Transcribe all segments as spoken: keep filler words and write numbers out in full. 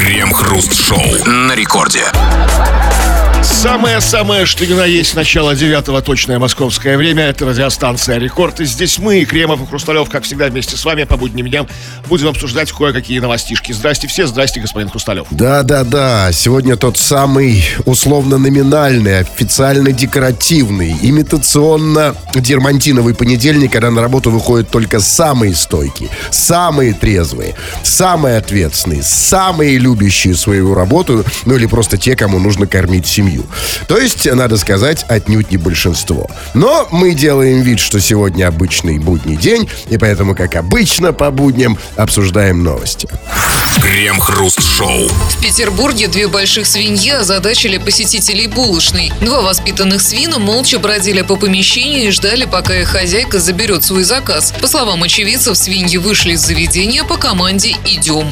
Крем-хруст-шоу на рекорде. Самое-самое, что ни на есть, начало девятого, точное московское время. Это радиостанция «Рекорд». И здесь мы, Кремов и Хрусталев, как всегда, вместе с вами по будним дням будем обсуждать кое-какие новостишки. Здрасте все, здрасте, господин Хрусталев. Да-да-да, сегодня тот самый условно-номинальный, официально-декоративный, имитационно-дермантиновый понедельник, когда на работу выходят только самые стойкие, самые трезвые, самые ответственные, самые любящие свою работу, ну или просто те, кому нужно кормить семью. То есть, надо сказать, отнюдь не большинство. Но мы делаем вид, что сегодня обычный будний день, и поэтому, как обычно, по будням обсуждаем новости. Крем-хруст-шоу. В Петербурге две больших свиньи озадачили посетителей булочной. Два воспитанных свина молча бродили по помещению и ждали, пока их хозяйка заберет свой заказ. По словам очевидцев, свиньи вышли из заведения по команде «Идем».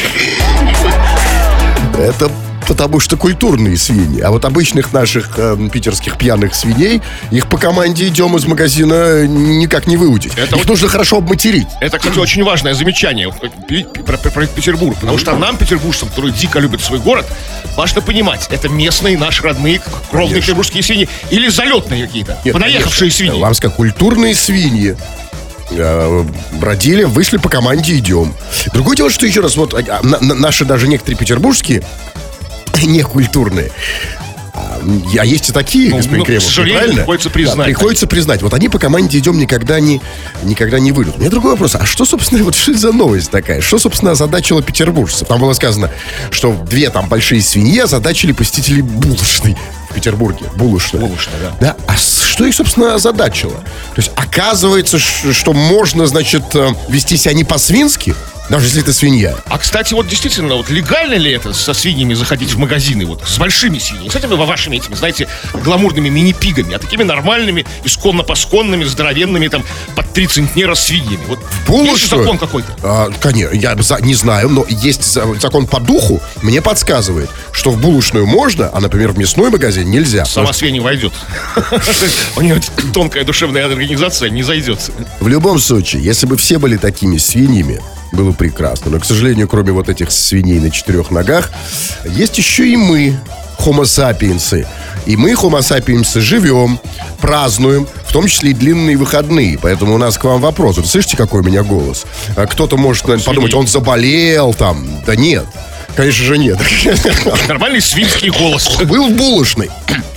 Это потому что культурные свиньи. А вот обычных наших э, питерских пьяных свиней, их по команде «Идем» из магазина никак не выудить. Это их вот нужно хорошо обматерить. Это, кстати, очень важное замечание про, про, про Петербург. Потому что нам, петербуржцам, которые дико любят свой город, важно понимать, это местные наши родные кровные петербургские свиньи или залетные какие-то, Нет, понаехавшие конечно. свиньи. Вам сказать, культурные свиньи бродили, вышли по команде «Идем». Другое дело, что еще раз, вот на, на, наши даже некоторые петербургские некультурные. А есть и такие, ну, господин ну, Кремов, к сожалению, правильно? приходится признать. Да, приходится признать. Вот они по команде «Идем» никогда не, никогда не выйдут. У меня другой вопрос. А что, собственно, вот что это за новость такая? Что, собственно, озадачило петербуржцев? Там было сказано, что две там большие свиньи озадачили посетителей булочной в Петербурге. Булочная. Булочная, да. Да. А что их, собственно, озадачило? То есть, оказывается, что можно, значит, вести себя не по-свински, даже если это свинья. А, кстати, вот действительно, вот легально ли это со свиньями заходить в магазины, вот с большими свиньями? Не с этими вашими этими, знаете, гламурными мини-пигами, а такими нормальными, исконно-посконными, здоровенными, там, под три центнера свиньями. Вот есть закон какой-то? А, конечно, я не знаю, но есть закон по духу, мне подсказывает, что в булочную можно, а, например, в мясной магазин нельзя. Сама свинья войдет. У нее тонкая душевная организация не зайдет. В любом случае, если бы все были такими свиньями, было прекрасно. Но, к сожалению, кроме вот этих свиней на четырех ногах, есть еще и мы, homo sapiens. И мы, homo sapiens, живем, празднуем, в том числе и длинные выходные. Поэтому у нас к вам вопрос. Вот слышите, какой у меня голос? Кто-то может, наверное, подумать, он заболел там. Да нет. Конечно же нет. Нормальный свинский голос. Был в булочной.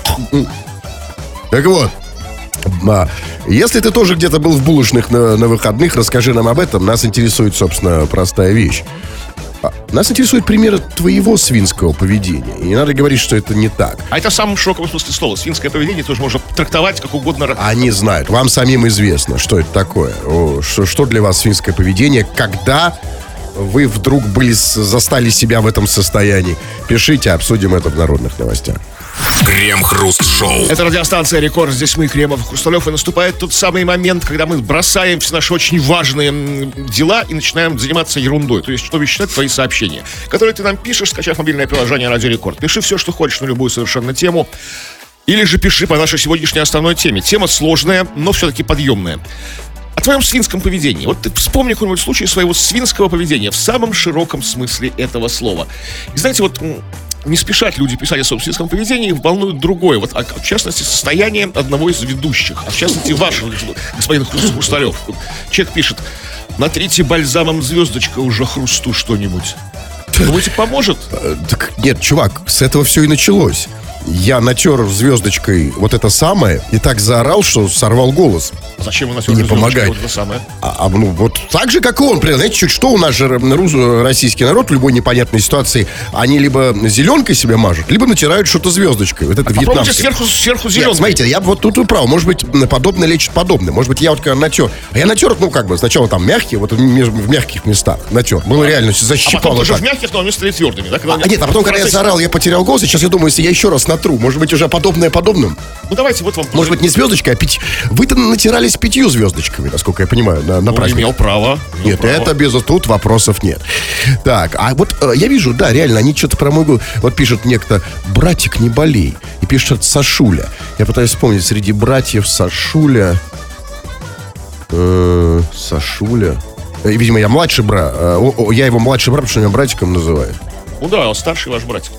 Так вот. Если ты тоже где-то был в булочных на, на выходных, расскажи нам об этом. Нас интересует, собственно, простая вещь. Нас интересует примеры твоего свинского поведения. И не надо говорить, что это не так. А это в самом широком смысле слова. Свинское поведение тоже можно трактовать как угодно. Они знают. Вам самим известно, что это такое. О, что, что для вас свинское поведение, когда вы вдруг были, застали себя в этом состоянии. Пишите, обсудим это в народных новостях. Крем-хруст-шоу. Это радиостанция «Рекорд». Здесь мы, Кремов и Хрусталев. И наступает тот самый момент, когда мы бросаем все наши очень важные дела и начинаем заниматься ерундой. То есть, чтобы считать твои сообщения, которые ты нам пишешь, скачав мобильное приложение «Радио Рекорд». Пиши все, что хочешь, на любую совершенно тему. Или же пиши по нашей сегодняшней основной теме. Тема сложная, но все-таки подъемная. О твоем свинском поведении. Вот ты вспомни какой-нибудь случай своего свинского поведения в самом широком смысле этого слова. И знаете, вот не спешат люди писать о своем свинском поведении, их волнует другое. Вот, а, в частности, состояние одного из ведущих. А в частности, вашего, господин Хрусталев. Человек пишет: натрите бальзамом звездочка уже хрусту что-нибудь. Думаете, поможет? Так нет, чувак, с этого все и началось. Я натер звездочкой вот это самое и так заорал, что сорвал голос. Зачем вы натер не помогает. Вот это самое? А, а, ну, вот так же, как и он. Знаете, чуть что у нас же российский народ в любой непонятной ситуации, они либо зеленкой себя мажут, либо натирают что-то звездочкой. Вот это а вьетнамское. сверху, сверху зеленкой. Нет, смотрите, я вот тут вы правы. Может быть, подобное лечит подобное. Может быть, я вот когда натер. А я натер, ну, как бы, сначала там мягкие, вот в, в мягких местах натер. Было а, реально защипало. А потом уже в мягких, но они стали твердыми, да? А, нет, а потом, когда я заорал, я потерял голос, и сейчас я думаю, если я еще раз натру, может быть, уже подобное подобным. Ну, давайте, вот вам... Может быть, не звездочкой, а пять... Вы-то натирались пятью звездочками, насколько я понимаю, на, на ну, праздник. имел право. Имел нет, право. Это без... Тут вопросов нет. Так, а вот э, я вижу, да, реально, они что-то про мой голос... Вот пишет некто: братик, не болей. И пишет Сашуля. Я пытаюсь вспомнить, среди братьев Сашуля... Э, Сашуля... Э, видимо, я младший брат. Э, я его младший брат, потому что меня братиком называют. Ну да, он старший ваш братик.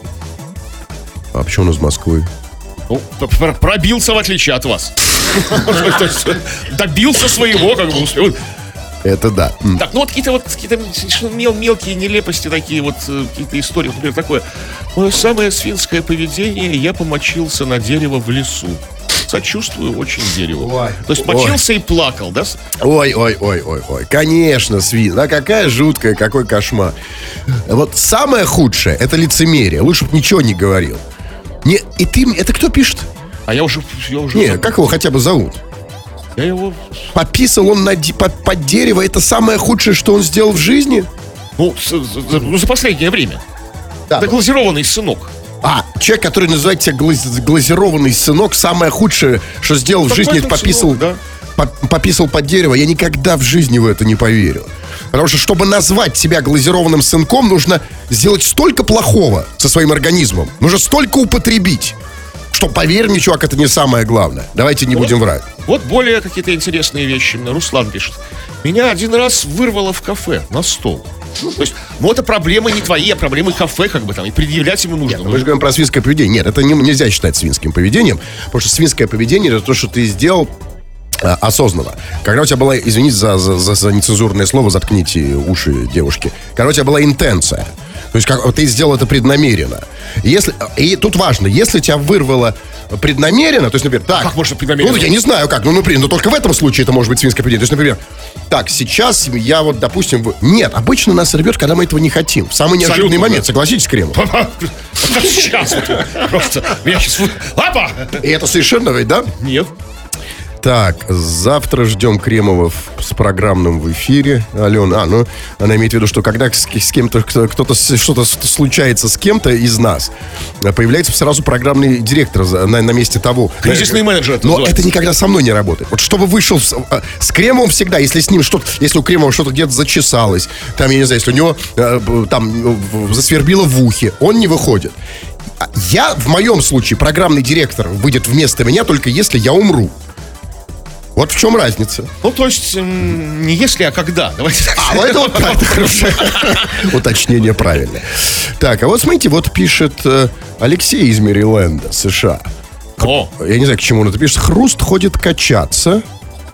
А почему он из Москвы? Ну, пр- пробился в отличие от вас. То есть добился своего, как бы успел. Это да. М. Так, ну вот какие-то вот какие-то мел- мелкие нелепости такие вот, э, какие-то истории. Вот, например, такое. Мое самое свинское поведение: я помочился на дерево в лесу. Сочувствую очень дереву. Ой. То есть мочился и плакал, да? Ой, ой, ой, ой, ой. Конечно, свин. Да какая жуткая, какой кошмар. Вот самое худшее — это лицемерие. Лучше бы ничего не говорил. Не, и ты, это кто пишет? А я уже... Я уже Не, как его хотя бы зовут? Я его... Пописал он на, ди- под, под дерево. Это самое худшее, что он сделал в жизни? Ну, с- за, ну, за последнее время. Да. Это глазированный сынок. А, человек, который называет себя глаз- глазированный сынок, самое худшее, что сделал в Так жизни, это поэтому пописал, сынок, да. по- пописал под дерево. Я никогда в жизни в это не поверю. Потому что, чтобы назвать себя глазированным сынком, нужно сделать столько плохого со своим организмом. Нужно столько употребить, что, поверь мне, чувак, это не самое главное. Давайте не Вот. будем врать. Вот более какие-то интересные вещи. Руслан пишет. Меня один раз вырвало в кафе на стол. Ну, то есть, ну, это проблемы не твои, а проблемы кафе, как бы там, и предъявлять ему нужно. Нет, мы же говорим про свинское поведение. Нет, это не, нельзя считать свинским поведением, потому что свинское поведение — это то, что ты сделал а, осознанно. Когда у тебя была, извините за, за, за, за нецензурное слово, заткните уши девушки, когда у тебя была интенция, то есть как, ты сделал это преднамеренно. И, если, и тут важно, если тебя вырвало преднамеренно, то есть, например, так... Как можно преднамеренно? Ну, я не знаю как, ну, например, но только в этом случае это может быть свинское поведение. То есть, например, так, сейчас я вот, допустим... в- Нет, обычно нас рвет, когда мы этого не хотим. В самый неожиданный Абсолютно, момент, да. согласитесь, Кремов? Сейчас вот просто. Меня сейчас... Апа! И это совершенно ведь, да? Нет. Так, завтра ждем Кремова с программным в эфире. Алена, а, ну, она имеет в виду, что когда с, с кем-то, кто- кто-то, с- что-то с- случается с кем-то из нас, появляется сразу программный директор за- на, на месте того. Кризисный менеджер это Но называется. это никогда со мной не работает. Вот чтобы вышел с, а, с Кремовым всегда, если с ним что-то, если у Кремова что-то где-то зачесалось, там, я не знаю, если у него э, б- там в- засвербило в ухе, он не выходит. А Я, в моем случае, программный директор выйдет вместо меня только если я умру. Вот в чем разница. Ну, то есть, м, не если, а когда. Давайте так. А, ну это вот правильно, хорошее уточнение правильное. Так, а вот смотрите, вот пишет э, Алексей из Мэриленда, США. О, Я не знаю, к чему он это пишет. Хруст ходит качаться.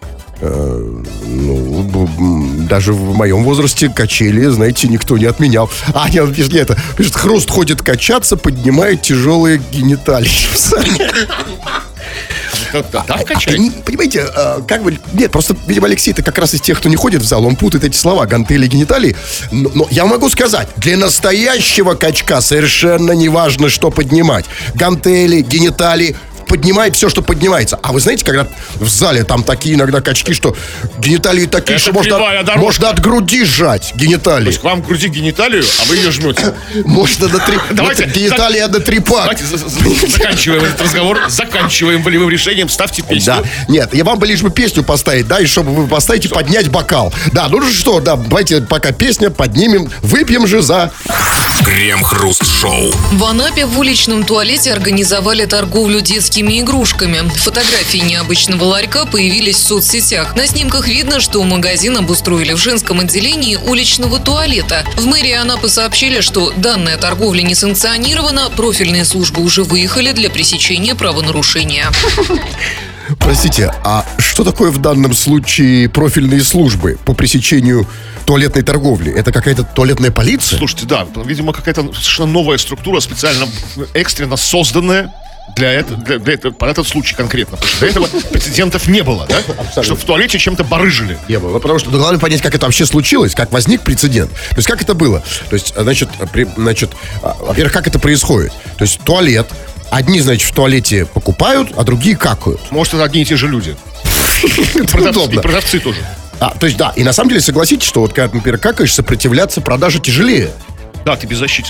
Э, ну, б- м, даже в моем возрасте качели, знаете, никто не отменял. А, нет, он пишет, не это. Пишет, хруст ходит качаться, поднимает тяжелые гениталии. да, А, качает. не- понимаете, э, как бы... Нет, просто, видимо, Алексей-то как раз из тех, кто не ходит в зал, он путает эти слова, гантели и гениталии. Но, но я могу сказать, для настоящего качка совершенно не важно, что поднимать. Гантели, гениталии, поднимает все, что поднимается. А вы знаете, когда в зале там такие иногда качки, что гениталии такие, Это что можно, кривая дорожка. можно от груди сжать То гениталии. есть, к вам груди гениталию, а вы ее жмете. Можно до три... Давайте, до- гениталии до трипак. Давайте за- за- заканчиваем этот разговор, заканчиваем волевым решением, ставьте песню. Да. Нет, я вам бы лишь бы песню поставить, да, и чтобы вы поставите поднять бокал. Да, ну что, да, давайте пока песня поднимем, выпьем же за... Крем-хруст-шоу. В Анапе в уличном туалете организовали торговлю детскими игрушками. Фотографии необычного ларька появились в соцсетях. На снимках видно, что магазин обустроили в женском отделении уличного туалета. В мэрии Анапы сообщили, что данная торговля не санкционирована, профильные службы уже выехали для пресечения правонарушения. Простите, а что такое в данном случае профильные службы по пресечению туалетной торговли? Это какая-то туалетная полиция? Слушайте, да, видимо, какая-то совершенно новая структура, специально экстренно созданная для этого, для, для этого, под этот случай конкретно. Потому что до этого прецедентов не было, да? Чтобы в туалете чем-то барыжили. Не было, потому что главное понять, как это вообще случилось, как возник прецедент. То есть, как это было? То есть, значит, при, значит а, во-первых, как это происходит? То есть, туалет, одни, значит, в туалете покупают, а другие какают. Может, это одни и те же люди. Это Продавцы, и удобно. продавцы тоже. А, то есть, да, и на самом деле, согласитесь, что вот когда, например, какаешь, сопротивляться продаже тяжелее. Да, ты беззащитен.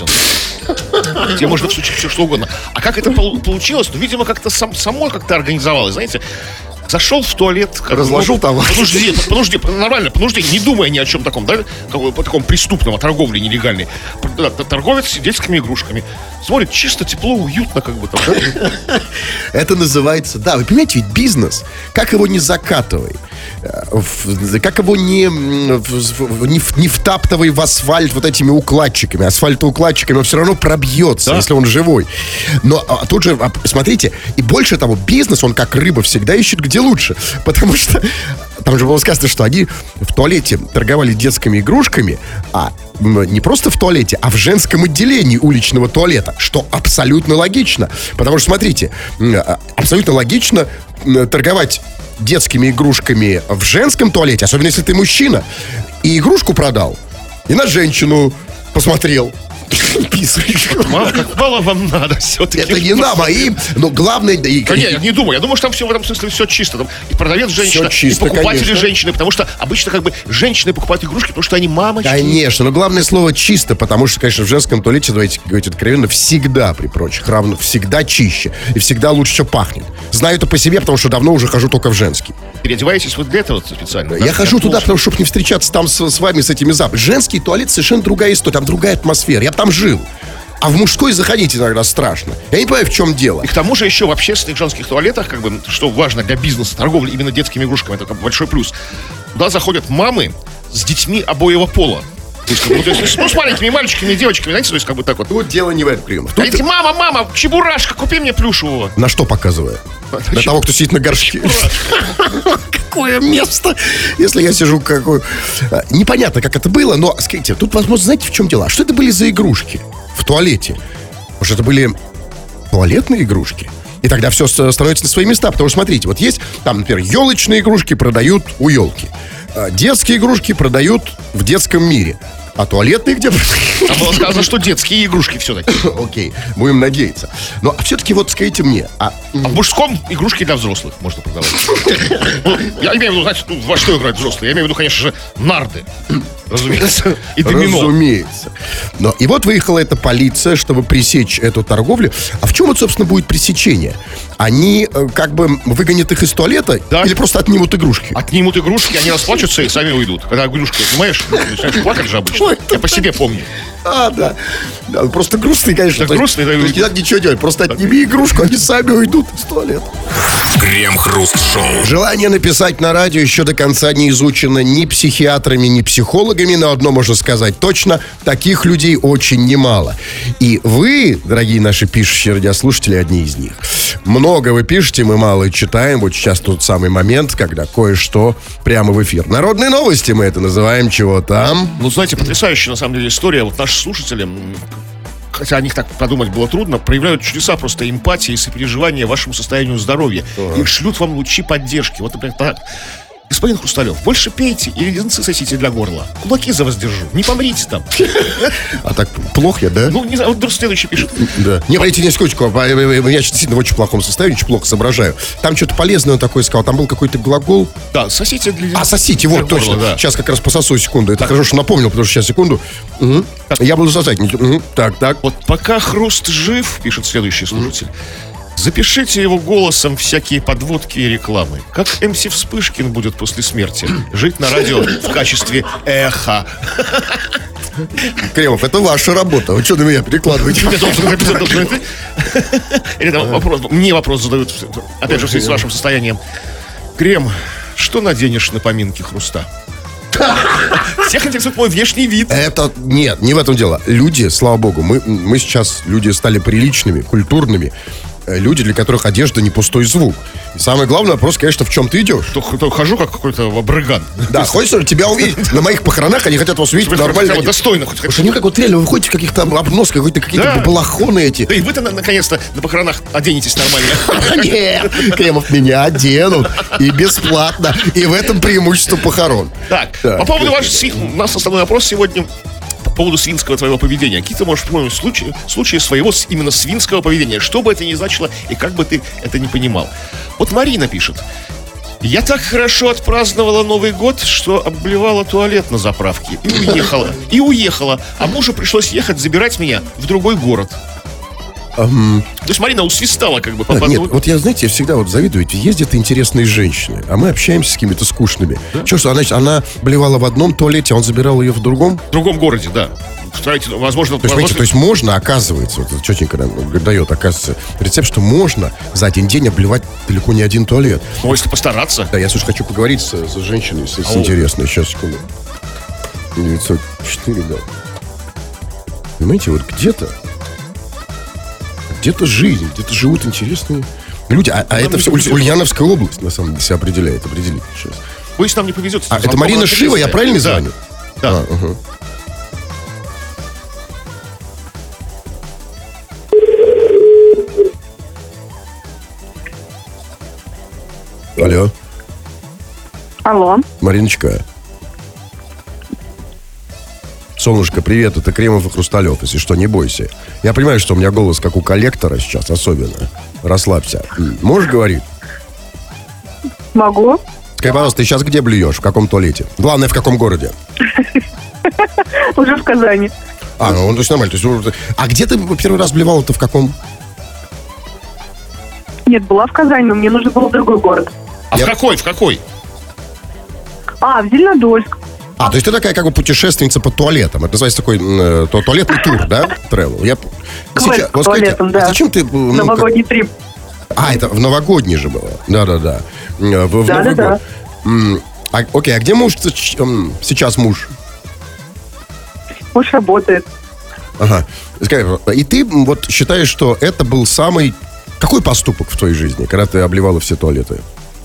Тебе можно всучить все, что угодно. А как это пол- получилось? Ну, видимо, как-то сам, само как-то организовалось, знаете. Зашел в туалет... как- Разложил ну, товар. Подожди, подожди, нормально, подожди, не думая ни о чем таком, да? Как- По такому преступном, торговле нелегальной. Да, торговец с детскими игрушками. Смотрит, чисто, тепло, уютно, как бы там, да? Это называется, да, вы понимаете, ведь бизнес, как его не закатывай. в, как его не, в, не, в, не втаптывай в асфальт вот этими укладчиками, асфальтоукладчиками, он все равно пробьется, да? Если он живой. Но а, тут же, а, смотрите, и больше того, бизнес, он как рыба всегда ищет где лучше, потому что там же было сказано, что они в туалете торговали детскими игрушками, а не просто в туалете, а в женском отделении уличного туалета, что абсолютно логично. Потому что, смотрите, абсолютно логично торговать детскими игрушками в женском туалете, особенно если ты мужчина, и игрушку продал, и на женщину посмотрел. Писаешь. Мама, как мало вам надо все-таки. Это не нам, а им. Но главное... Да, и, да, нет, я не думаю. Я думаю, что там все в этом смысле все чисто. Там и продавец женщина, чисто, и покупатели конечно. Женщины. Потому что обычно как бы женщины покупают игрушки, потому что они мамочки. Конечно, но главное слово чисто, потому что, конечно, в женском туалете, давайте говорить откровенно, всегда при прочих равно, всегда чище. И всегда лучше все пахнет. Знаю это по себе, потому что давно уже хожу только в женский. Переодеваетесь вот для этого специально? Я да? хожу туда, потому что, чтобы не встречаться там с, с вами, с этими запахами. Женский туалет совершенно другая история, там другая атмосфера. Я бы там жил. А в мужской заходить иногда страшно. Я не понимаю, в чем дело. И к тому же еще в общественных женских туалетах, как бы, что важно для бизнеса, торговли именно детскими игрушками, это как бы большой плюс. Туда заходят мамы с детьми обоего пола. То есть, как бы, то есть, ну, с маленькими мальчиками и девочками, знаете, то есть, как бы так вот. Тут дело не в этом приемах. Тут... Говорите, мама, мама, чебурашка, купи мне плюшевого. На что показываю? На того, кто сидит на горшке. Какое место, если я сижу какой... Непонятно, как это было, но, скажите, тут, возможно, знаете, в чем дело? А что это были за игрушки в туалете? Может, это были туалетные игрушки? И тогда все становится на свои места. Потому что, смотрите, вот есть, там, например, елочные игрушки продают у елки. Детские игрушки продают в детском мире. А туалетные где? Там было сказано, что детские игрушки все-таки. Окей, будем надеяться. Но все-таки вот скажите мне. А, а в мужском игрушки для взрослых можно продавать. Ну, я имею в виду, знаете, ну, во что играть взрослые? Я имею в виду, конечно же, нарды. Разумеется. И домино. Разумеется. Но, и вот выехала эта полиция, чтобы пресечь эту торговлю. А в чем вот, собственно, будет пресечение? Они э, как бы выгонят их из туалета, да? Или просто отнимут игрушки? Отнимут игрушки, они расплачутся и сами уйдут. Когда игрушку отнимаешь, начинаешь плакать же обычно. Ой, я по себе помню. А, да. Да, просто грустный, конечно. Да, грустный, да. То есть не надо ничего делать, просто отними игрушку, они сами уйдут из туалета. Крем-хруст-шоу. Желание написать на радио еще до конца не изучено ни психиатрами, ни психологами, но одно можно сказать точно, таких людей очень немало. И вы, дорогие наши пишущие радиослушатели, одни из них. Много вы пишете, мы мало читаем. Вот сейчас тот самый момент, когда кое-что прямо в эфир. Народные новости мы это называем, чего там. Ну, знаете, потрясающая на самом деле история. Вот наши слушатели, хотя о них так подумать было трудно, проявляют чудеса просто эмпатии и сопереживания вашему состоянию здоровья. Ага. И шлют вам лучи поддержки. Вот, например, так. Господин Хрусталев, больше пейте и леденцы сосите для горла. Кулаки за вас держу. Не помрите там. А так плохо я, да? Ну, не знаю, вот вдруг следующий пишет. Да. Не, подождите, не секундочку. Я действительно в очень плохом состоянии, очень плохо соображаю. Там что-то полезное он такое сказал. Там был какой-то глагол. Да, сосите для леденцов. А, сосите, вот, точно. Да. Сейчас как раз пососу секунду. Это так. Хорошо, что напомнил, потому что сейчас секунду. Угу. Я буду сосать. Угу. Так, так. Вот пока Хруст жив, пишет следующий слушатель, запишите его голосом всякие подводки и рекламы. Как эм си Вспышкин будет после смерти жить на радио в качестве эха. Кремов, это ваша работа. Вы что на меня перекладываете? Или там вопрос, мне вопрос задают, опять же, в связи с вашим состоянием. Крем, что наденешь на поминки Хруста? Всех интересует мой внешний вид. Это, нет, не в этом дело. Люди, слава богу, мы, мы сейчас, люди стали приличными, культурными. Люди, для которых одежда не пустой звук. И самый главный вопрос, конечно, в чем ты идешь. То, то хожу как какой-то абрыган. Да, хочется тебя увидеть. На моих похоронах они хотят вас увидеть нормально. Достойно. Потому что они как вот реально, вы ходите в каких-то обносках, какие-то балахоны эти. Да и вы-то наконец-то на похоронах оденетесь нормально. Нет, Кремов, меня оденут. И бесплатно. И в этом преимущество похорон. Так, по поводу ваших... У нас основной вопрос сегодня... По поводу свинского твоего поведения. Какие ты можешь вспомнить случаи, случаи своего именно свинского поведения? Что бы это ни значило и как бы ты это не понимал. Вот Марина пишет. Я так хорошо отпраздновала Новый год, что обблевала туалет на заправке. И уехала. И уехала. А мужу пришлось ехать забирать меня в другой город. эм, То есть Марина усвистала как бы по а, нет, поду. вот я, знаете, я всегда вот завидую, ведь ездят интересные женщины, а мы общаемся с какими-то скучными. Что, что она, значит, она блевала в одном туалете, а он забирал ее в другом? В другом городе, да. Кстати, возможно... То есть, понимаете, то есть можно, оказывается, вот четенько нам дает, оказывается, рецепт, что можно за один день обливать далеко не один туалет. Ну, если постараться. Да, я, слушай, хочу поговорить с, с женщиной, с, с интересной. Сейчас, секунду. девятьсот четыре, да. Понимаете, вот где-то, где-то жизнь, где-то живут интересные люди. А, а это все Уль- Ульяновская область, на самом деле, себя определяет, определить сейчас. Боюсь, нам не повезет. А, это Марина Шива, я правильно звоню? Да. А, угу. Алло. Алло. Мариночка. Солнышко, привет, это Кремов и Хрусталев. Если что, не бойся. Я понимаю, что у меня голос как у коллектора сейчас, особенно. Расслабься. М, Можешь говорить? Могу. Скажи, пожалуйста, ты сейчас где блюешь? В каком туалете? Главное, в каком городе? Уже в Казани. А, ну, то есть нормально. То есть, а где ты первый раз блевала-то, в каком? Нет, была в Казани, но мне нужно было в другой город. А Я- в какой, в какой? А, в Зеленодольск. А, то есть ты такая как бы путешественница по туалетам. Это называется такой э, то, туалетный тур, да? Travel. Я... Квест по вот скажите, туалетам, а да. зачем ты... ну, как- Новогодний трип. А, это в новогодний же было. Да-да-да. Э, В, в Да, Новый да, год. М, а, окей, а где муж ц- м, сейчас муж? Муж работает. Ага. Скажи, и ты м, вот считаешь, что это был самый... Какой поступок в твоей жизни, когда ты обливала все туалеты?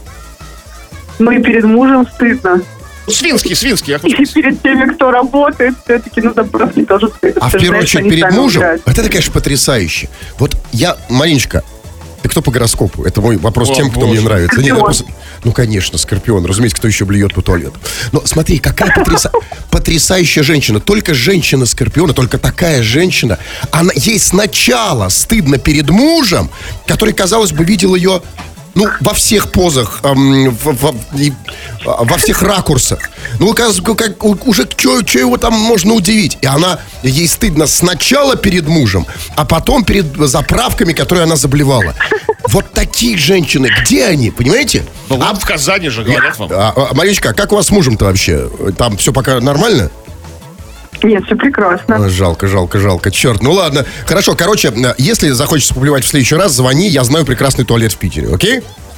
Ну и перед мужем стыдно. Ну, свинский, свинский. Я И перед теми, кто работает, все-таки, ну, забросить тоже стыдно. А в Ты первую знаешь, очередь они перед сами мужем? убирают. Вот это, конечно, потрясающе. Вот я, Мариночка, ты кто по гороскопу? Это мой вопрос О, тем, кто боже. мне нравится. Не, Скорпион. я просто- Ну, конечно, Скорпион. Разумеется, кто еще блюет по туалету. Но смотри, какая потряса- потрясающая женщина. Только женщина Скорпиона, только такая женщина, она, ей сначала стыдно перед мужем, который, казалось бы, видел ее... Ну, во всех позах, эм, в- в- и, а, во всех ракурсах. Ну, кажется, как, у- уже что его там можно удивить? И она, ей стыдно сначала перед мужем, а потом перед заправками, которые она заблевала. Вот такие женщины, где они, понимаете? Ну, вот в Казани же, говорят вам. А, а, Маричка, а как у вас с мужем-то вообще? Там все пока нормально? Нет, все прекрасно. А, Жалко, жалко, жалко. Черт, ну ладно. Хорошо, короче, э, если захочешь поплевать в следующий раз, звони, я знаю прекрасный туалет в Питере, окей?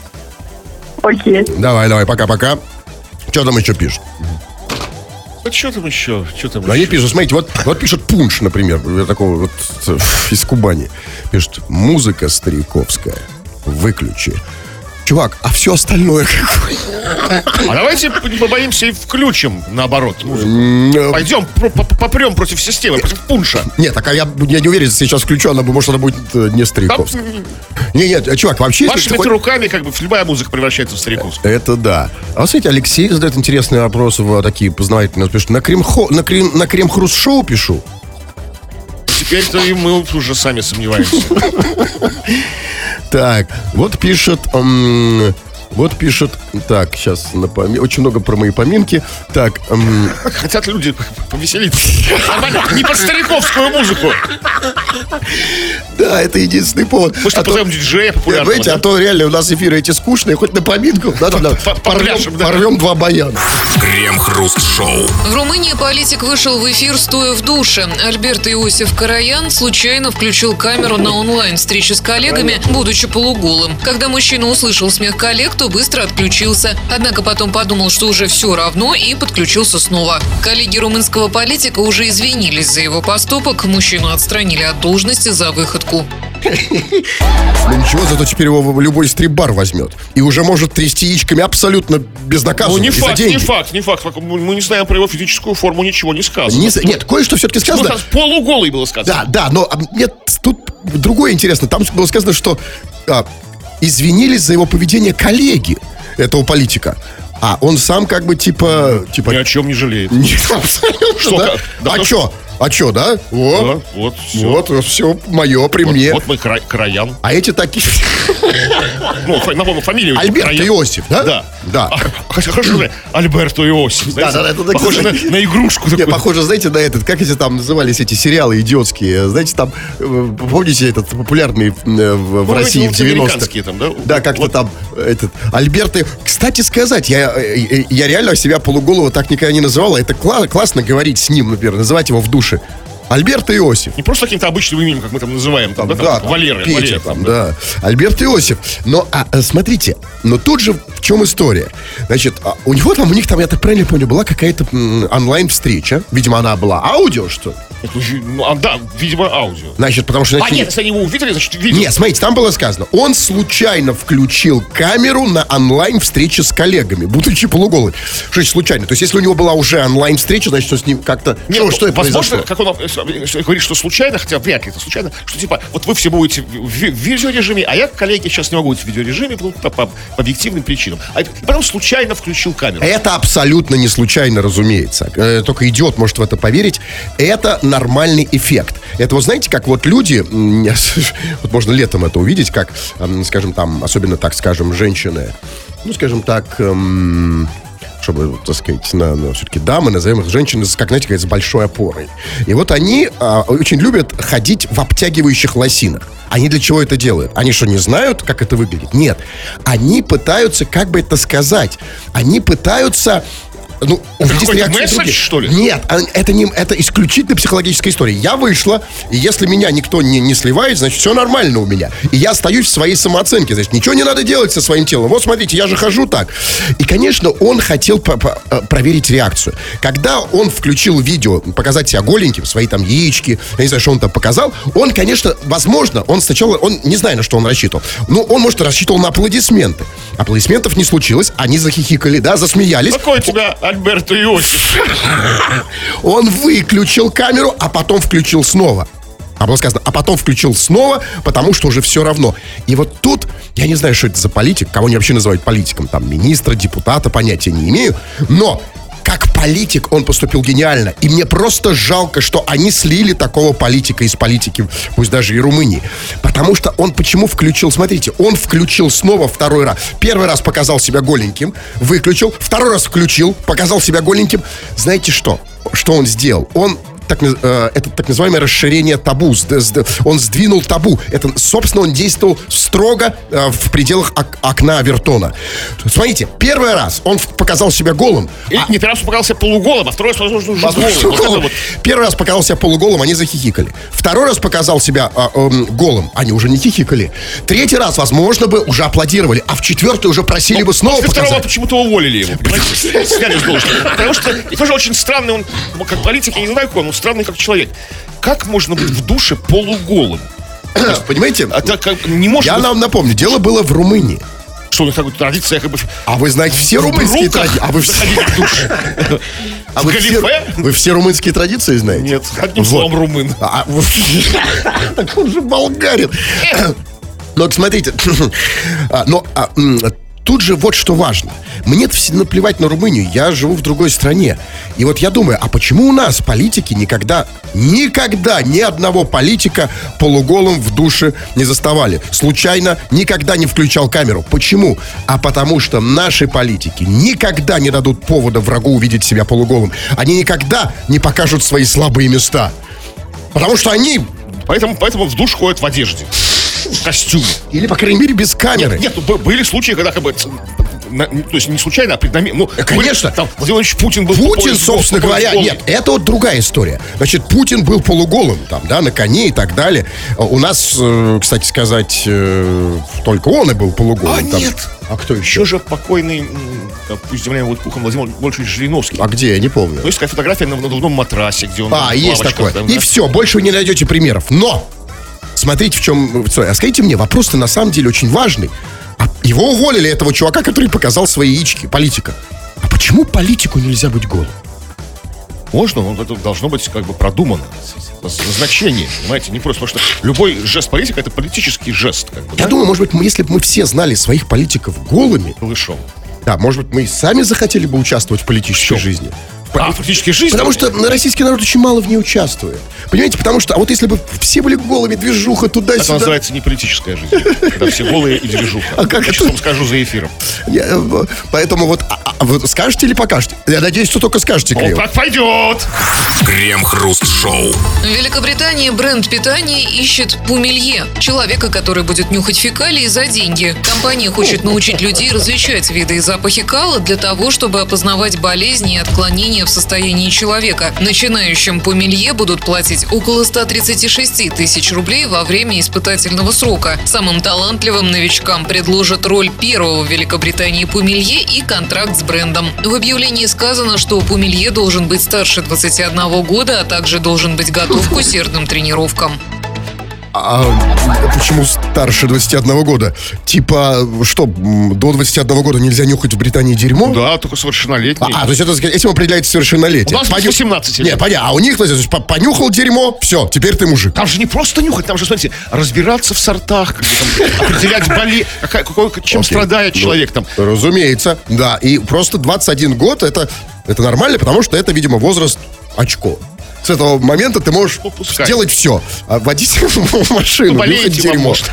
Окей. Давай, давай, пока-пока. Что там еще пишут? Вот что там еще? Что там Ну, они еще? пишут, смотрите, вот, вот пишет Пунш, например, я такого вот э, из Кубани. Пишет, музыка стариковская, выключи. Чувак, а все остальное какое? А давайте не побоимся и включим, наоборот, музыку. М, э, Пойдем, про- по- попрем против системы, против пунша. Нет, так а я, я не уверен, если сейчас включу, она, бы- может, она будет э, не стариковская. Не, нет, э, чувак, вообще... если Вашими ты хоть- руками, как бы, любая музыка превращается в стариковскую. Это да. А вот, смотрите, Алексей задает интересные вопросы, в, такие познавательные. Он пишет, на крем-хо- на крем- на крем-хруст-шоу пишу. Теперь-то и мы уже сами сомневаемся. Так, вот пишет... м, вот пишет... Так, сейчас напоми... Очень много про мои поминки. Так, м, Хотят люди повеселиться. Нормально, не под стариковскую музыку. да, это единственный повод. Может, А то- позовем диджея популярного, Знаете, а да? то реально у нас эфиры эти скучные, хоть на поминку. Да, да, да. По- попляшем, Порвем, да. порвем два баяна. Крем-хруст-шоу. В Румынии политик вышел в эфир, стоя в душе. Альберт Иосиф Караян случайно включил камеру на онлайн-встрече с коллегами, будучи полуголым. Когда мужчина услышал смех коллег, то быстро отключился. Однако потом подумал, что уже все равно, и подключился снова. Коллеги румынского политика уже извинились за его поступок. Мужчину отстранили от должности за выходку. Ну ничего, зато теперь его любой стрип-бар возьмет. И уже может трясти яичками абсолютно безнаказанно. Ну, не и за факт, деньги. не факт, не факт. Мы мы не знаем про его физическую форму, ничего не сказано. Не за- Нет, кое-что все-таки Ну, сказано. как полуголый было сказано. Да, да, но а, нет, тут другое интересно. Там было сказано, что а, извинились за его поведение коллеги этого политика. А он сам как бы типа... типа Ни о чем не жалеет. Нет, абсолютно, Что, да? как? Да, А ну, что? А что, да? Вот, Да, вот, все. вот, все мое при Вот, мне. вот мы кра- Краян. А эти такие... Ну, фа- напомню, фамилию. Альберт Краян. Иосиф, да? Да. Да. А, хотя хорошо, да, Альберто Иосиф. знаете, да, это так- похоже на, на игрушку. Не, такую. похоже, знаете, на этот, как эти там назывались эти сериалы идиотские, знаете, там, э, помните этот популярный э, в, в Ну, России эти в вот девяностых? американские там, да? Да, как-то Вот. там этот Альберт. И- Кстати сказать, я, э, э, я реально себя полуголого так никогда не называл, а это кла- классно говорить с ним, например, называть его в душе. Альберт Иосиф. Не просто каким-то обычным именем, как мы там называем. Там, да, там, там, Валера. Петя, Валера, там, да. да. Альберт Иосиф. Но, а, а, смотрите, но тут же в чем история? Значит, а, у него там, у них там, я так правильно помню, была какая-то м, онлайн-встреча. Видимо, она была аудио, что ли? Это же, ну, а, да, видимо, аудио. Значит, потому что... А значит, нет, если они его увидели, значит, видели. Нет, смотрите, там было сказано, он случайно включил камеру на онлайн-встрече с коллегами, будучи полуголый. Что значит случайно? То есть, если у него была уже онлайн-встреча, значит, он с ним как-то... Нет, что, ну, что это возможно, произошло? как он э, говорит, что случайно, хотя вряд ли это случайно, что типа, вот вы все будете в, в- в видеорежиме, а я, коллеги, сейчас не могу быть в видеорежиме по, по- по объективным причинам. А и потом случайно включил камеру. Это абсолютно не случайно, разумеется. Э, Только идиот может в это поверить. Это нормальный эффект. Это вот знаете, как вот люди, м, вот можно летом это увидеть, как, эм, скажем, там, особенно, так скажем, женщины, ну, скажем так, эм, чтобы, так сказать, на, на, все-таки дамы, назовем их женщины, с, как, знаете, как с большой опорой. И вот они а, очень любят ходить в обтягивающих лосинах. Они для чего это делают? Они что, не знают, как это выглядит? Нет. Они пытаются, как бы это сказать, они пытаются... Ну, увидеть какой-то реакцию месседж, других. что ли? Нет, а, это, не, это исключительно психологическая история. Я вышла, и если меня никто не, не сливает, значит, все нормально у меня. И я остаюсь в своей самооценке. Значит, ничего не надо делать со своим телом. Вот, смотрите, я же хожу так. И, конечно, он хотел по- по- проверить реакцию. Когда он включил видео, показать себя голеньким, свои там яички, я не знаю, что он там показал, он, конечно, возможно, он сначала, он не знаю, на что он рассчитывал, но он, может, рассчитывал на аплодисменты. Аплодисментов не случилось, они захихикали, да, засмеялись. Какой у тебя Альберто Иосиф? Он выключил камеру, а потом включил снова. А было сказано, а потом включил снова, потому что уже все равно. И вот тут, я не знаю, что это за политик, кого они вообще называют политиком, там, министра, депутата, понятия не имею, но как политик он поступил гениально. И мне просто жалко, что они слили такого политика из политики, пусть даже и Румынии. Потому что он почему включил, смотрите, он включил снова второй раз. Первый раз показал себя голеньким, выключил, второй раз включил, показал себя голеньким. Знаете что? Что он сделал? Он так, э, это так называемое расширение табу. Сд- сд- Он сдвинул табу. Это, собственно, он действовал строго э, в пределах ок- окна Авертона. Смотрите, первый раз он в- показал себя голым. И, не, первый раз он показался полуголым, а второй раз, возможно, уже Возможно, голым. Вот это голым. вот. Первый раз показал себя полуголым, они захихикали. Второй раз показал себя а, эм, голым, они уже не хихикали. Третий раз, возможно, бы уже аплодировали, а в четвертый уже просили бы снова После второго показать. почему-то уволили его, понимаете? Сняли с должности. Потому что и тоже очень странный он, ну, как политик, я не знаю, какой он, но странный как человек. Как можно быть в душе полуголым? Понимаете? Это как, не может Я быть, нам напомню, дело было в Румынии. что у них такая традиция, как бы... А вы знаете все румынские руках традиции? А вы все, заходить в душ. а в вы все, галифе? вы все румынские традиции знаете? Нет, одним Вот. словом румын. А, вы- Так он же болгарин. Но смотрите, а, но а, м, тут же вот что важно. Мне все наплевать на Румынию, я живу в другой стране. И вот я думаю, а почему у нас политики никогда, никогда ни одного политика полуголым в душе не заставали? Случайно никогда не включал камеру. Почему? А потому что наши политики никогда не дадут повода врагу увидеть себя полуголым. Они никогда не покажут свои слабые места. Потому что они, Поэтому, поэтому в душ ходят в одежде. В костюме. или, по крайней мере, без камеры. Нет, ну, б- были случаи, когда как бы... ц- на- то есть не случайно, а преднамеренно. Ну, Конечно. были- там Владимир Владимирович Путин был... по Путин, пояс собственно гол- по пояс говоря, голый. нет, это вот другая история. Значит, Путин был полуголым, там, да, на коне и так далее. У нас, э, кстати сказать, э, только он и был полуголым. А там. нет. А кто еще? Еще же покойный, м, э, пусть земля его будет пухом, Владимир Владимирович Жириновский. А где, я не помню. Ну, есть такая фотография на надувном матрасе, где он... А, в есть лавочках, такое. да, И да. все, больше вы не найдете примеров. Но, смотрите, в чем... А скажите мне, вопрос-то на самом деле очень важный. А его уволили, этого чувака, который показал свои яички, политика. А почему политику нельзя быть голым? Можно, но это должно быть как бы продумано. Назначение, понимаете, не просто, потому что любой жест политика — это политический жест, как бы, Я да? думаю, может быть, мы, если бы мы все знали своих политиков голыми, Голышом. да, может быть, мы и сами захотели бы участвовать в политической жизни. В А, фактически жизнь. Потому что российский народ очень мало в ней участвует. Понимаете, потому что, а вот если бы все были голыми, движуха Это туда-сюда... называется не политическая жизнь. Когда все голые и движуха. А как Я это? сейчас вам скажу за эфиром. Я, э, Поэтому вот, а, а вы скажете или покажете? Я надеюсь, что только скажете, О, Кирилл. как пойдет. Крем-хруст-шоу. В Великобритании бренд питания ищет пумелье, человека, который будет нюхать фекалии за деньги. Компания хочет научить людей различать виды и запахи кала для того, чтобы опознавать болезни и отклонения в состоянии человека. Начинающим пумелье будут платить около ста тридцати шести тысяч рублей во время испытательного срока. Самым талантливым новичкам предложат роль первого в Великобритании пумелье и контракт с брендом. В объявлении сказано, что пумелье должен быть старше двадцати одного года, а также должен быть готов к усердным тренировкам. А почему старше двадцати одного года? Типа, что, м, до двадцати одного года нельзя нюхать в Британии дерьмо? Да, только совершеннолетний. А, то есть это, этим определяется совершеннолетие. У нас Поню- восемнадцать лет. Не, понятно. А у них, то есть, по- понюхал дерьмо, все, теперь ты мужик. Там же не просто нюхать, там же, смотрите, разбираться в сортах, как бы там, определять боли, какая- какой- чем Окей. страдает Ну, человек там. Разумеется, да. И просто двадцать один год это, это нормально, потому что это, видимо, возраст очко. С этого момента ты можешь Ну, пускай. сделать все. А водить машину, Ну, нюхать болеете вам, дерьмо. может.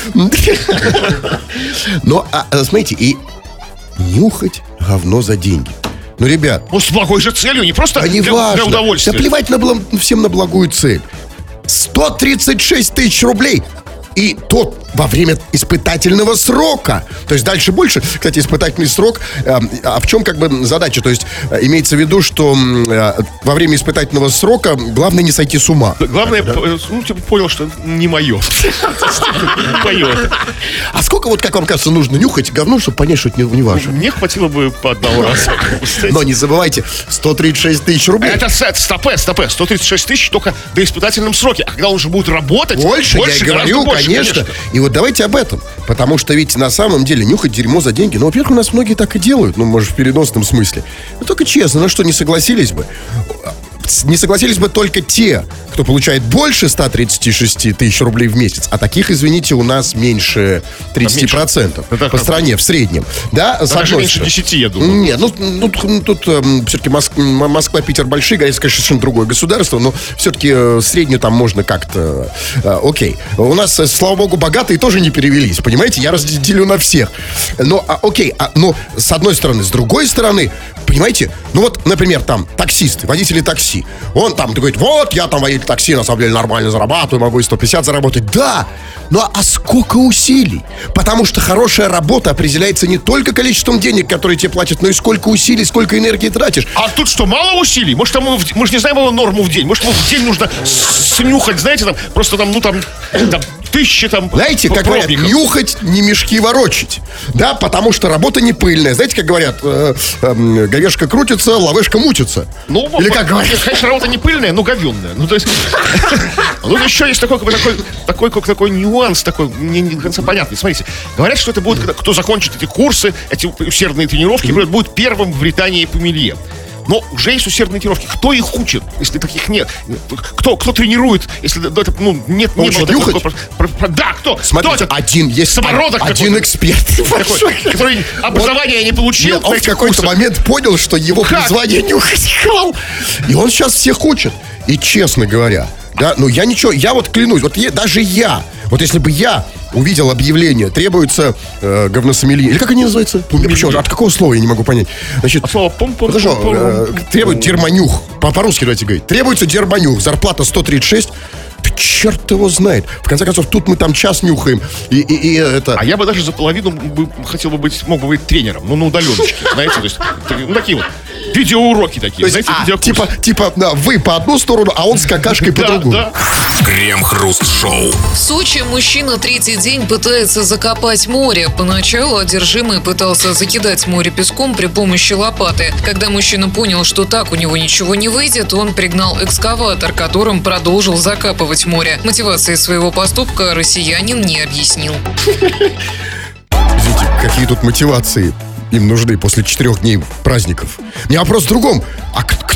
Но, а, а, смотрите, и нюхать говно за деньги. Ну, ребят, Ну, с благой же целью, не просто а не для, важно. для удовольствия. Да плевать на бла- всем на благую цель. сто тридцать шесть тысяч рублей. И тот во время испытательного срока. То есть дальше больше. Кстати, испытательный срок. э, а в чем как бы задача? То есть э, имеется в виду, что м, э, во время испытательного срока главное не сойти с ума. Главное, п- ну, типа, понял, что не мое. Поет. А сколько, вот как вам кажется, нужно нюхать говно, чтобы понять, что это не, не ваше? Мне хватило бы по одного раза. Но не забывайте, сто тридцать шесть тысяч рублей. Это сет, стопе, стопе, сто тридцать шесть тысяч только до испытательном сроке. А когда он уже будет работать, Больше, я и гораздо говорю, больше, конечно. И вот давайте об этом. Потому что ведь на самом деле нюхать дерьмо за деньги, ну, во-первых, у нас многие так и делают, ну, может, в переносном смысле. Ну, только честно, ну что, не согласились бы? Не согласились бы только те, кто получает больше ста тридцати шести тысяч рублей в месяц. А таких, извините, у нас меньше тридцати процентов Это по как? стране в среднем. Да, с Даже одной меньше стороны. десяти, я думаю. Нет, ну, ну, тут, тут, эм, все-таки Моск- М- Москва, Питер большие, конечно, конечно, совершенно другое государство, но все-таки э, среднюю там можно как-то... э, окей. У нас, э, слава богу, богатые тоже не перевелись, понимаете? Я разделю на всех. Но, а, окей, а, но с одной стороны. С другой стороны, понимаете, ну вот, например, там таксисты, водители такси. Он там говорит, вот, я там водитель такси, на самом деле нормально зарабатываю, могу и сто пятьдесят заработать. Да, ну а сколько усилий? Потому что хорошая работа определяется не только количеством денег, которые тебе платят, но и сколько усилий, сколько энергии тратишь. А тут что, мало усилий? Может, там, мы, в- мы же не знаем его норму в день. Может, ему в день нужно с- снюхать, знаете, там, просто там, ну, там, там тысячи там Знаете, как говорят, пробников. нюхать, не мешки ворочить. Да, потому что работа не пыльная. Знаете, как говорят, э, э, говешка крутится, лавешка мутится. Ну, Или вот, как говорят? конечно, работа не пыльная, но говенная. Ну, то есть... Ну, еще есть такой, как бы, такой, такой, как такой нюанс, такой, мне не до конца понятный. Смотрите, говорят, что это будет, когда- кто закончит эти курсы, эти усердные тренировки, говорят, будет первым в Британии пумелье. Но уже есть усердные тренировки. Кто их учит, если таких нет? Кто, кто тренирует, если да, это, ну, нет, не Учит было такого- нюхать? про- про- про- Да, кто? Смотрите, кто это? один есть Самородок один какой-то. эксперт, Такой, который образование не получил. Нет, на он в этих какой-то курсах. момент понял, что его Как? призвание нюхать хал. И он сейчас всех учит. И честно говоря, да, ну я ничего, я вот клянусь, вот я- даже я, вот если бы я увидел объявление, требуется э, говносомелье, или как они называются? Пум- Почему? От какого слова я не могу понять? Значит, От слова пум-пум. Хорошо, э, требует дерманюх. По- По-русски давайте говорить. Требуется дерманюх. Зарплата сто тридцать шесть. Да черт его знает. В конце концов, тут мы там час нюхаем. И, и, и это... А я бы даже за половину бы хотел бы быть, мог бы быть тренером, ну, на удаленочке, знаете, то есть, так- ну, такие вот видеоуроки такие, То есть, знаете, а, видеокурсы. типа, типа да, вы по одну сторону, а он с какашкой по Да, другую. да. Крем-хруст-шоу. В Сочи мужчина третий день пытается закопать море. Поначалу одержимый пытался закидать море песком при помощи лопаты. Когда мужчина понял, что так у него ничего не выйдет, он пригнал экскаватор, которым продолжил закапывать море. Мотивации своего поступка россиянин не объяснил. Извините, какие тут мотивации им нужны после четырех дней праздников? Мне вопрос в другом. А к- к-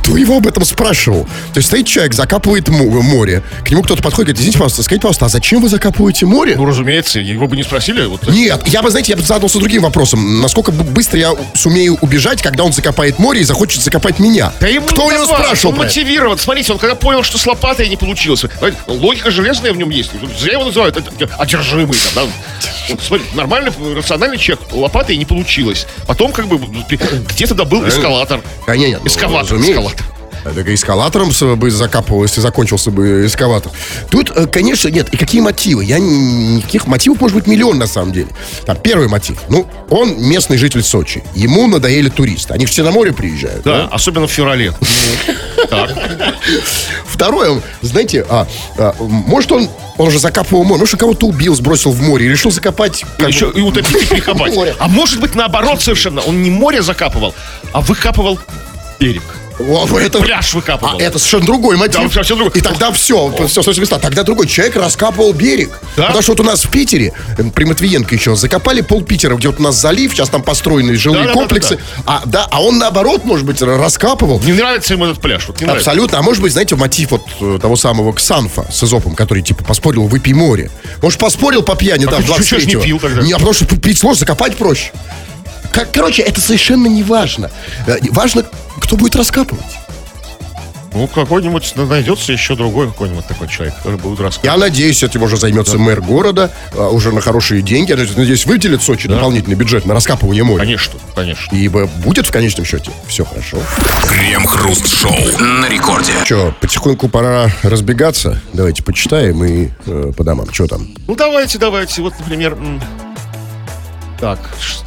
кто его об этом спрашивал? То есть стоит человек, закапывает мо- море, к нему кто-то подходит, говорит, извините, пожалуйста, скажите, пожалуйста, а зачем вы закапываете море? Ну, разумеется, его бы не спросили. Вот, Нет, я бы, знаете, я бы задался другим вопросом. Насколько б- быстро я сумею убежать, когда он закопает море и захочет закопать меня? Да ему Кто у не него давал, спрашивал Он про это? мотивирован. Смотрите, он когда понял, что с лопатой не получилось. Логика железная в нем есть. Зря его называют одержимый. Там, да? Вот, смотри, нормальный, рациональный человек. Лопатой не получилось. Потом как бы где-то добыл эскалатор. А, не, нет, ну, Эскаватор, разумеется. эскалатор. Так и эскалатором с- бы закапывалось, и закончился бы эскаватор. Тут, э, конечно, нет. И какие мотивы? Я ни- никаких мотивов, может быть, миллион на самом деле. Там, первый мотив. Ну, он местный житель Сочи. Ему надоели туристы. Они все на море приезжают. Да, особенно в феврале. Ну, так. Второе, он, знаете, а, а, может он, он же закапывал море, может он кого-то убил, сбросил в море и решил закопать как Еще бы, и утопить, и перекопать. море. А может быть, наоборот совершенно. Он не море закапывал, а выкапывал берег. О, это, Пляж выкапывал. а это совершенно другой мотив. Да, совсем другой. И тогда все, все, все, места. Тогда другой человек раскапывал берег. Да? Потому что вот у нас в Питере, э, при Матвиенко еще, закопали пол Питера, где вот у нас залив, сейчас там построены жилые Да-да-да-да-да. комплексы. А, да, а он наоборот, может быть, раскапывал. Не нравится ему этот пляж. Вот не нравится. Абсолютно. А может быть, знаете, мотив вот э, того самого Ксанфа с Эзопом, который типа поспорил, выпей море. Может, поспорил по пьяни, да, ты в чё ж двадцать третьего. не пил тогда? Не, а потому что пить сложно, закопать проще. Как, короче, это совершенно не важно. Э, Важно, кто будет раскапывать. Ну, какой-нибудь найдется еще другой какой-нибудь такой человек, который будет рассказывать. Я надеюсь, этим уже займется мэр города, а, уже на хорошие деньги. Я надеюсь, выделит Сочи дополнительный бюджет на раскапывание моря. Конечно, конечно. Ибо будет в конечном счете все хорошо. Крем-хруст-шоу на рекорде. Че, потихоньку пора разбегаться. Давайте почитаем и э, по домам. Что там? Ну, давайте, давайте. Вот, например... м, Так. ш-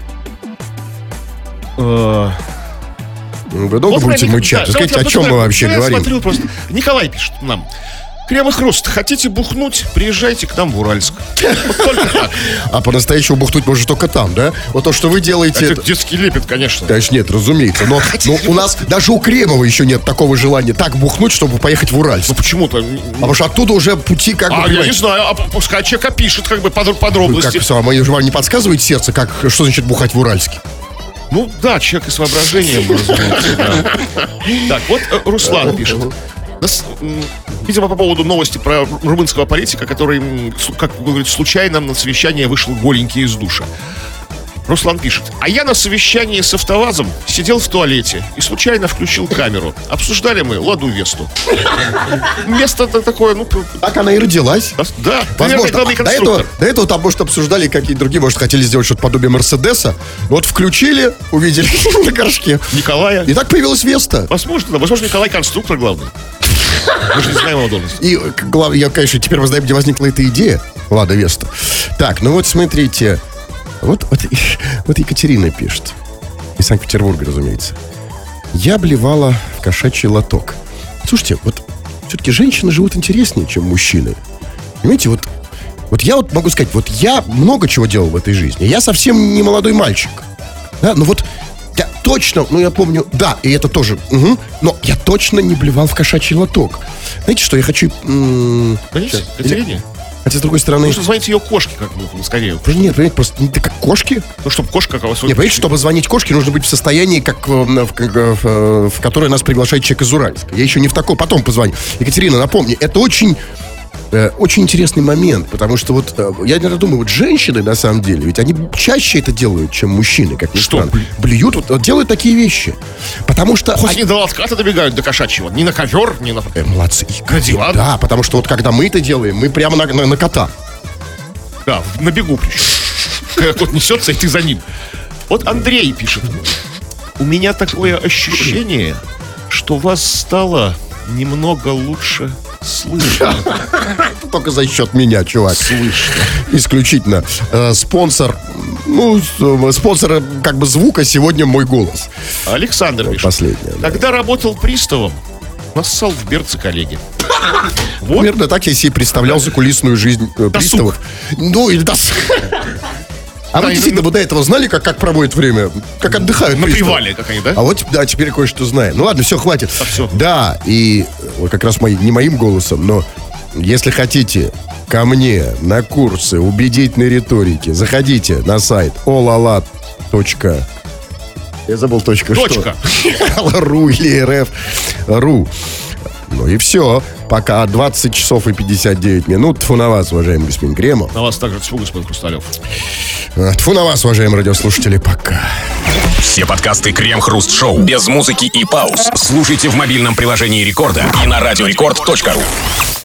э, Вы долго вот, будете Ник- мычать? да, Вы скажите, давайте, о чем вот, мы да, вообще я говорим? смотрю просто. Николай пишет нам. Крем и хруст. Хотите бухнуть? Приезжайте к нам в Уральск. Вот только так. А по-настоящему бухнуть можно только там, да? Вот то, что вы делаете... Это это- детский лепет, конечно. Конечно, нет, разумеется. Но, но у нас даже у Кремова еще нет такого желания так бухнуть, чтобы поехать в Уральск. Ну, почему-то... м, А потому что оттуда уже пути как бы... А, я понимаете, не знаю, а пускай человек опишет как бы под- вы подробности. как, а вы вам не подсказывает сердце, как, что значит бухать в Уральске? Ну да, человек с воображением, разумеется, да. Так, вот э, Руслан пишет. Нас, м, видимо, по поводу новости про румынского политика, который, м, су- как говорит, случайно на совещание вышел голенький из душа. Руслан пишет. А я на совещании с АвтоВАЗом сидел в туалете и случайно включил камеру. Обсуждали мы Ладу Весту. Место-то такое, ну, п- Так она и родилась. да, наверное, Возможно. главный До этого, конструктор. до этого там, может, обсуждали какие-то другие, может, хотели сделать что-то подобие Мерседеса. Вот включили, увидели на горшке. Николая. И так появилась Веста. Возможно, да. Возможно, Николай конструктор главный. Мы же не знаем его должности. И, к- глав- я, конечно, теперь мы знаем, где возникла эта идея. Лада Веста. Так, ну вот смотрите. Вот, вот, вот Екатерина пишет. Из Санкт-Петербурга, разумеется. Я блевала в кошачий лоток. Слушайте, вот все-таки женщины живут интереснее, чем мужчины. Понимаете, вот, вот я вот могу сказать, вот я много чего делал в этой жизни. Я совсем не молодой мальчик. Да, ну вот я точно, ну я помню, да, и это тоже, мгм, но я точно не блевал в кошачий лоток. Знаете что, я хочу... м, Понимаете, щас. Катерине? Хотя, с другой стороны... Нужно звонить ее кошке, как бы, скорее. Нет, понимаете, просто не ты как кошки. Ну, чтобы кошка как Нет, понимаете, чтобы звонить кошке, нужно быть в состоянии, как, э, в, как, э, в, э, в которое нас приглашает человек из Уральска. Я еще не в такой, потом позвоню. Екатерина, напомни, это очень... э, Очень интересный момент, потому что вот э, я иногда думаю, вот женщины на самом деле, ведь они чаще это делают, чем мужчины, как ни Что, странно. блин? Блюют, вот, вот делают такие вещи. Потому что Хоть они- не до лотка-то добегают, до кошачьего. Ни на ковер, ни на... Э, молодцы. На диван? Да, потому что вот когда мы это делаем, мы прямо на, на- на кота. Да, на бегу причем. Когда кот несется, и ты за ним. Вот Андрей пишет. У меня такое ощущение, что вас стало немного лучше слышно. Только за счет меня, чувак. Слышно. Исключительно. Э, спонсор, ну, с- э, спонсор э, как бы звука сегодня мой голос. Александр пишет. Последнее, да. Когда работал приставом, нассал в берцы коллеги. Вот. Примерно так я себе представлял закулисную жизнь э, приставов. Ну, или досуг. А Да, вы и- действительно, вы до этого знали, как, как проводят время? Как отдыхают На приставы? привале, как они, да? А вот, да, теперь кое-что знаем. Ну ладно, все, хватит. А, всё. Да, и э, вот как раз мои, не моим голосом, но если хотите ко мне на курсы убедительной риторики, заходите на сайт олала точка Я забыл точка. Точка. Ру или РФ. Ру. Ну и все. Пока двадцать часов и пятьдесят девять минут. Тьфу на вас, уважаемый господин Кремов. На вас также тьфу, господин Хрусталев. Тьфу на вас, уважаемые радиослушатели. Пока. Все подкасты Крем-Хруст-Шоу без музыки и пауз слушайте в мобильном приложении Рекорда и на радиорекорд точка ру.